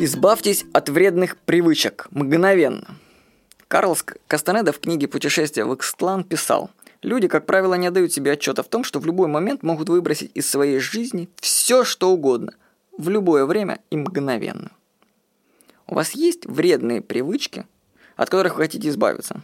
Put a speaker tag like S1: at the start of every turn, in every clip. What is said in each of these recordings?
S1: Избавьтесь от вредных привычек мгновенно. Карлос Кастанеда в книге «Путешествие в Икстлан» писал: «Люди, как правило, не отдают себе отчета в том, что в любой момент могут выбросить из своей жизни все, что угодно, в любое время и мгновенно». У вас есть вредные привычки, от которых вы хотите избавиться?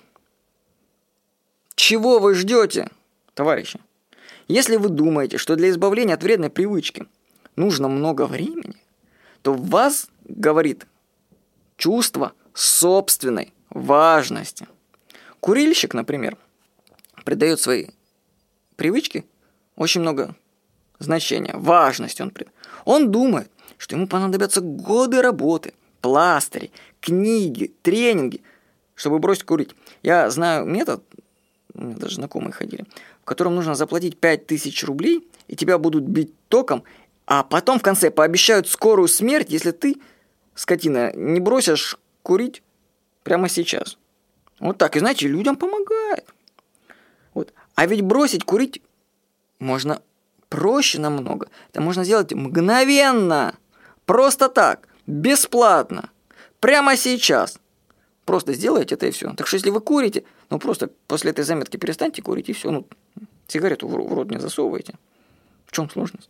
S1: Чего вы ждете, товарищи? Если вы думаете, что для избавления от вредной привычки нужно много времени, то в вас говорит чувство собственной важности. Курильщик, например, придает своей привычке очень много значения, важности он придает. Он думает, что ему понадобятся годы работы, пластыри, книги, тренинги, чтобы бросить курить. Я знаю метод, у меня даже знакомые ходили, в котором нужно заплатить 5000 рублей, и тебя будут бить током, а потом в конце пообещают скорую смерть, если ты, скотина, не бросишь курить прямо сейчас. Вот так. И знаете, людям помогает. Вот. А ведь бросить курить можно проще намного. Это можно сделать мгновенно. Просто так. Бесплатно. Прямо сейчас. Просто сделайте это и все. Так что если вы курите, просто после этой заметки перестаньте курить и все. Сигарету в рот не засовывайте. В чем сложность?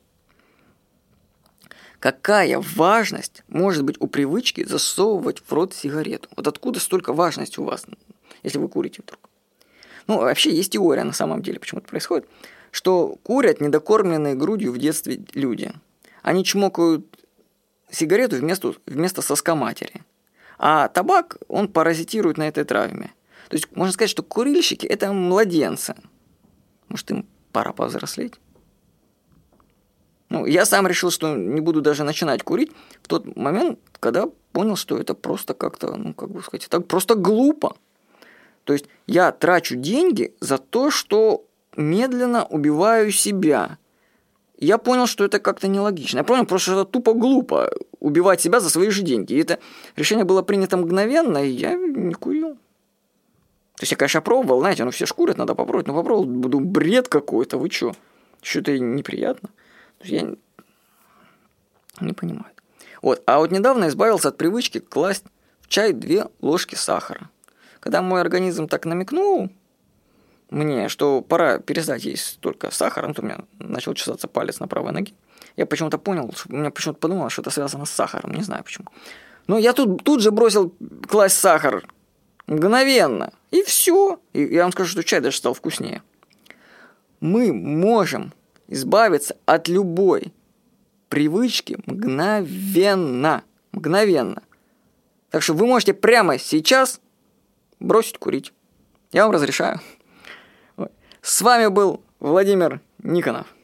S1: Какая важность может быть у привычки засовывать в рот сигарету? Вот откуда столько важности у вас, если вы курите вдруг? Вообще есть теория на самом деле, почему это происходит, что курят недокормленные грудью в детстве люди. Они чмокают сигарету вместо соска матери. А табак, он паразитирует на этой травме. То есть можно сказать, что курильщики – это младенцы. Может, им пора повзрослеть? Я сам решил, что не буду даже начинать курить в тот момент, когда понял, что это просто как-то, это просто глупо. То есть я трачу деньги за то, что медленно убиваю себя. Я понял, что это как-то нелогично. Я понял просто, что это тупо глупо убивать себя за свои же деньги. И это решение было принято мгновенно, и я не курил. То есть я, конечно, пробовал, знаете, все ж курят, надо попробовать. Попробовал, буду бред какой-то, вы что? Что-то неприятно. Я не понимаю. А недавно избавился от привычки класть в чай 2 ложки сахара. Когда мой организм так намекнул мне, что пора перестать есть только сахар, у меня начал чесаться палец на правой ноге, я почему-то понял, меня почему-то подумал, что это связано с сахаром, не знаю почему. Но я тут же бросил класть сахар мгновенно, и все. И я вам скажу, что чай даже стал вкуснее. Мы можем избавиться от любой привычки мгновенно. Мгновенно. Так что вы можете прямо сейчас бросить курить. Я вам разрешаю. С вами был Владимир Никонов.